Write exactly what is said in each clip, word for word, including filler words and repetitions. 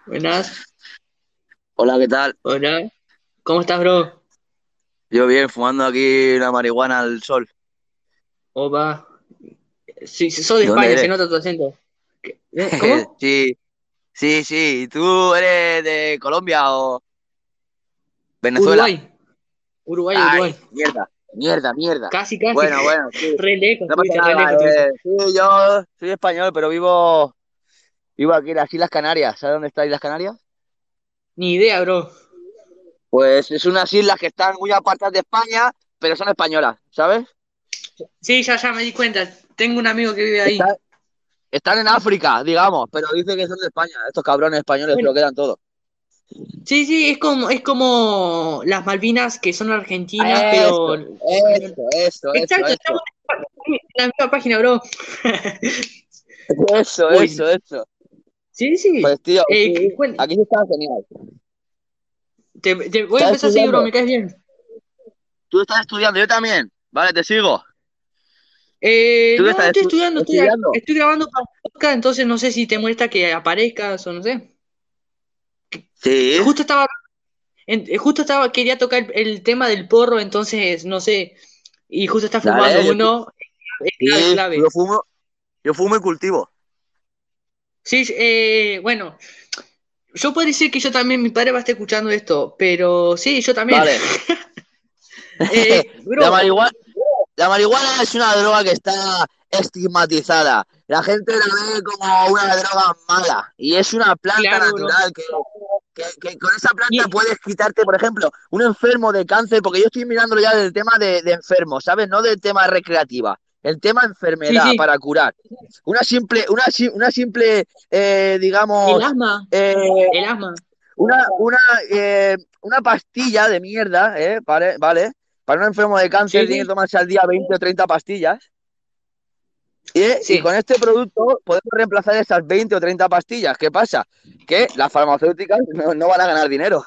Buenas, Hola, ¿qué tal? hola. ¿Cómo estás, bro? Yo bien, fumando aquí una marihuana al sol. Opa. Sí, sí, sos de ¿De dónde España, se eres? nota tu acento. ¿Qué? ¿Eh? ¿Cómo? Sí, sí, sí. ¿Y tú eres de Colombia o Venezuela? Uruguay. Uruguay, Uruguay. Ay, mierda, mierda, mierda. Casi, casi. Bueno, bueno, sí. Re lejos, No pasa estuviste, re nada. lejos, estuviste. Eh. Sí, yo soy español, pero vivo, vivo aquí en las Islas Canarias. ¿Sabes dónde están Islas Canarias? Ni idea, bro. Pues es unas islas que están muy apartadas de España, pero son españolas, ¿sabes? Sí, ya, ya me di cuenta. Tengo un amigo que vive ahí. Están, están en África, digamos, pero dicen que son de España. Estos cabrones españoles se Bueno, lo quedan todo. sí, sí, es como, es como las Malvinas que son argentinas, pero Eso, españolas. eso, eso, eso, Exacto, eso, estamos en la misma página, bro. eso, Uy, eso, eso. sí, sí. Pues tío, Eh, sí, cuen- aquí sí está genial. te, te voy a ¿Estás empezar así, bro, estudiando? me caes bien. ¿Tú estás estudiando? Yo también. Vale, te sigo. Eh, ¿Tú qué no, no estás estoy estu- estudiando, estoy, estudiando? estoy grabando para el podcast, entonces no sé si te molesta que aparezcas o no sé. Sí, Justo estaba, en- eh, justo estaba, quería tocar el, el tema del porro, entonces no sé, y justo está fumando dale, yo, uno, es clave, sí, yo clave. fumo, yo fumo y cultivo. Sí, eh, bueno, yo puedo decir que yo también, mi padre va a estar escuchando esto, pero sí, yo también. Vale. Eh, La bro, marihuana, la marihuana es una droga que está estigmatizada. La gente la ve como una droga mala y es una planta claro, bro. natural que, que, que con esa planta Y, puedes quitarte, por ejemplo, un enfermo de cáncer, porque yo estoy mirándolo ya del tema de, de enfermos, ¿sabes? No del tema recreativa, el tema sí, enfermedad sí, para curar. Una simple, una, si- una simple, eh, el digamos, asma, eh, el asma, una, una, eh, una pastilla de mierda, ¿eh? ¿Vale? ¿Vale? Para un enfermo de cáncer sí, tiene que sí, tomarse al día veinte o treinta pastillas. Y, y con sí, este producto podemos reemplazar esas veinte o treinta pastillas. ¿Qué pasa? Que las farmacéuticas no, no van a ganar dinero.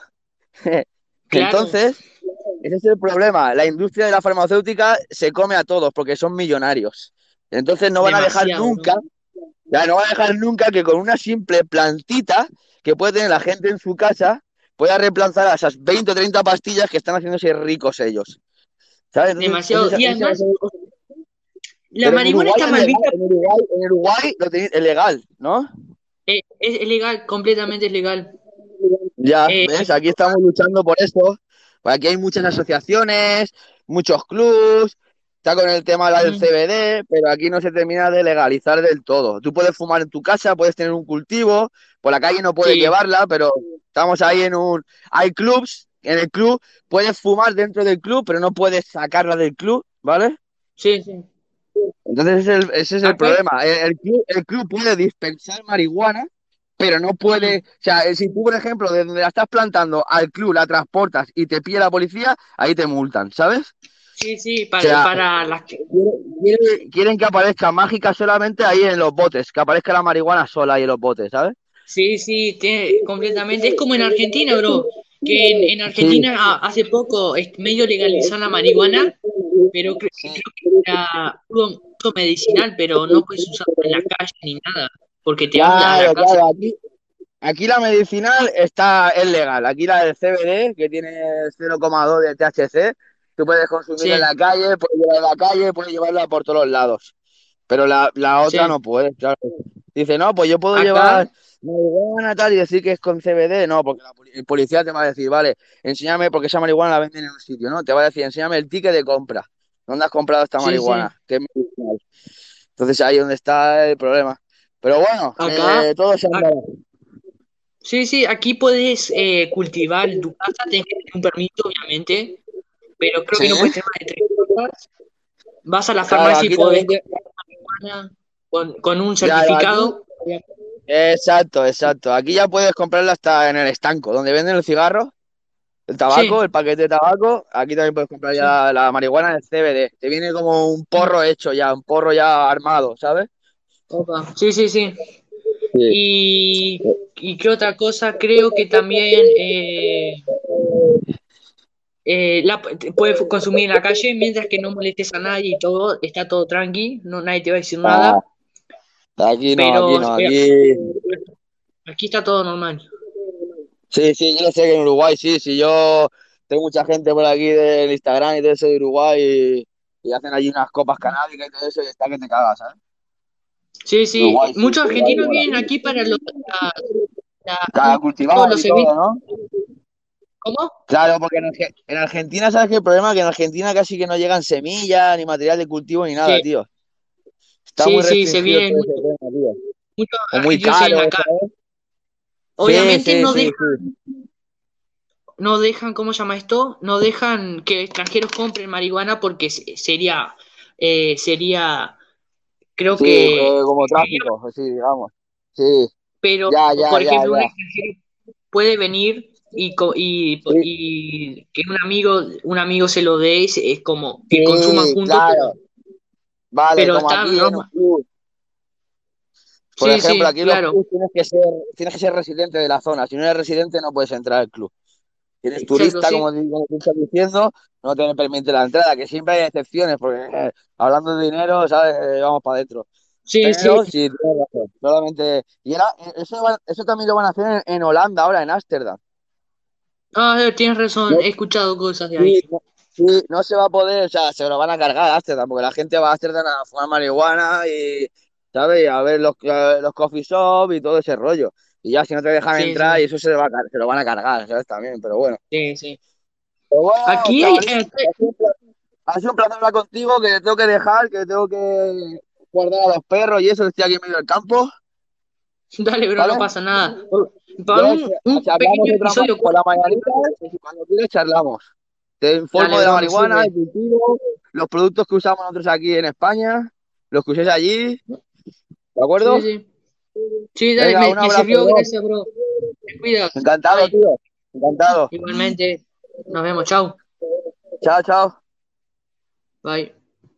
claro, Entonces, ese es el problema. La industria de la farmacéutica se come a todos porque son millonarios. Entonces no van a dejar demasiado, bro. nunca, ya no van a dejar nunca que con una simple plantita que puede tener la gente en su casa pueda reemplazar a esas veinte o treinta pastillas que están haciéndose ricos ellos. ¿Sabes? Entonces, Demasiado. ese, Y ese- además, la pero en marihuana Uruguay está es mal legal, vista. en Uruguay, en Uruguay lo tenéis- es legal, ¿no? eh, es, es legal, completamente es legal. Ya, Eh, ¿ves? Aquí estamos luchando por esto. Pues aquí hay muchas asociaciones, muchos clubs, está con el tema del mm, C B D, pero aquí no se termina de legalizar del todo. Tú puedes fumar en tu casa, puedes tener un cultivo, por la calle no puedes sí, llevarla, pero estamos ahí en un... Hay clubs, en el club puedes fumar dentro del club, pero no puedes sacarla del club, ¿vale? sí, sí. Entonces ese es el, ese es el Acá, problema. El, el club, el club puede dispensar marihuana, pero no puede, mm, o sea, eh, si tú, por ejemplo, de donde la estás plantando al club la transportas y te pilla la policía, ahí te multan, ¿sabes? sí, sí, O para, sea, para las que. quiere- quieren que aparezca mágica solamente ahí en los botes, que aparezca la marihuana sola ahí en los botes, ¿sabes? Sí, sí, tiene, completamente. Es como en Argentina, bro. Que en, en Sí, Argentina a- hace poco es medio legalizó la marihuana, pero cre- creo sí. que era uso uso medicinal, pero no puedes usarlo en la calle ni nada, porque te van a la Claro, cárcel. claro, aquí, aquí la medicinal está, es legal. Aquí la del C B D, que tiene cero coma dos de T H C, tú puedes consumirla en Sí, la calle, puedes llevarla en la calle, puedes llevarla por todos los lados. Pero la, la otra sí. no puede, claro. Dice, no, pues yo puedo llevar Acá, marihuana tal y decir que es con C B D. No, porque la poli- el policía te va a decir, vale, enséñame, porque esa marihuana la venden en un sitio, ¿no? Te va a decir, enséñame el ticket de compra. ¿Dónde has comprado esta sí, sí. marihuana? Que es medicinal. Entonces ahí es donde está el problema. Pero bueno, Acá, eh, todo se ac- anda. sí, sí, aquí puedes eh, cultivar en tu casa, tienes que tener un permiso, obviamente, pero creo Sí, que no puedes tener más de tres cosas. Vas a la claro, farmacia y aquí podés también. comprar marihuana con, con un Claro, aquí. certificado. Exacto, exacto. Aquí ya puedes comprarla hasta en el estanco, donde venden el cigarro, el tabaco, Sí, el paquete de tabaco. Aquí también puedes comprar sí. ya la marihuana en el C B D. Te viene como un Mm, porro hecho ya, un porro ya armado, ¿sabes? opa. Sí, sí, sí. Sí. Y, y qué otra cosa, creo que también eh, eh, la te puedes consumir en la calle mientras que no molestes a nadie y todo, está todo tranqui, no, nadie te va a decir Ah, nada, aquí no, aquí pero no, eh, aquí. aquí está todo normal. Sí, sí, yo lo sé que en Uruguay, sí, sí, yo tengo mucha gente por aquí del Instagram y todo eso de Uruguay y, y hacen allí unas copas canábicas y todo eso y está que te cagas, ¿sabes? Sí, sí, Uruguay, sí, muchos Uruguay argentinos mola. vienen aquí para los, la- la- Cada cultivar todos los y todo, eventos. ¿no? ¿Cómo? Claro, porque en, Arge- en Argentina, ¿sabes qué? El problema es que en Argentina casi que no llegan semillas, ni material de cultivo, ni nada, Sí, tío. Está sí, muy sí, se restringido vienen todo ese muchos, tema, tío. muchos O muy argentinos se vienen caro, acá. ¿sabes? Sí, Obviamente sí, no sí, dejan, sí. no dejan, ¿cómo se llama esto? No dejan que extranjeros compren marihuana porque se- sería, eh, sería, creo Sí, eh, que, como tráfico, sí, digamos. Sí, pero, ya, ya, por ya, ejemplo, un ya. extranjero puede venir y, co- y, Sí, y que un amigo, un amigo se lo dé, es, es como que consuman sí, juntos, pero, claro. Vale, pero como está, aquí ¿no? en un club. Por Sí, ejemplo, sí, aquí en los claro, clubs tienes que ser, tienes que ser residente de la zona. Si no eres residente, no puedes entrar al club. Si eres exacto, turista, como, sí. te- como te estás diciendo, no te permite la entrada, que siempre hay excepciones, porque eh, hablando de dinero, ¿sabes? Eh, vamos para adentro. Sí, sí. Pero sí, tienes razón. Solamente. Y era, eso, va- eso también lo van a hacer en, en Holanda, ahora, en Ámsterdam. Ah, eh, tienes razón, No, he escuchado cosas de ahí. sí, no, sí, no se va a poder, o sea, se lo van a cargar a Ámsterdam, porque la gente va a Ámsterdam a fumar marihuana y, ¿sabes? Y a ver los, a los coffee shop y todo ese rollo. Y ya si no te dejan Sí, entrar, sí, y eso se, va a car- se lo van a cargar, ¿sabes? También, pero bueno. sí, sí. Pero bueno, Aquí hay, chavalín, eh, ha sido un pla- ha sido un placer hablar contigo, que te tengo que dejar, que tengo que guardar a los perros y eso, que estoy aquí en medio del campo, dale, bro, no ¿vale? pasa nada. Para Yo, un, si un hablamos pequeño otra ma- episodio por la corto. mañanita, y cuando quieras charlamos. Te informo Dale, de la bro, me marihuana, sirve. el cultivo, los productos que usamos nosotros aquí en España, los que uséis allí, ¿de Sí, acuerdo? sí. Sí, dale, Venga, me, un me abrazo, sirvió, bro. gracias, bro. Te cuidas. Encantado, Bye. tío. Encantado. Igualmente. Nos vemos, chao. Chao, chao. Bye.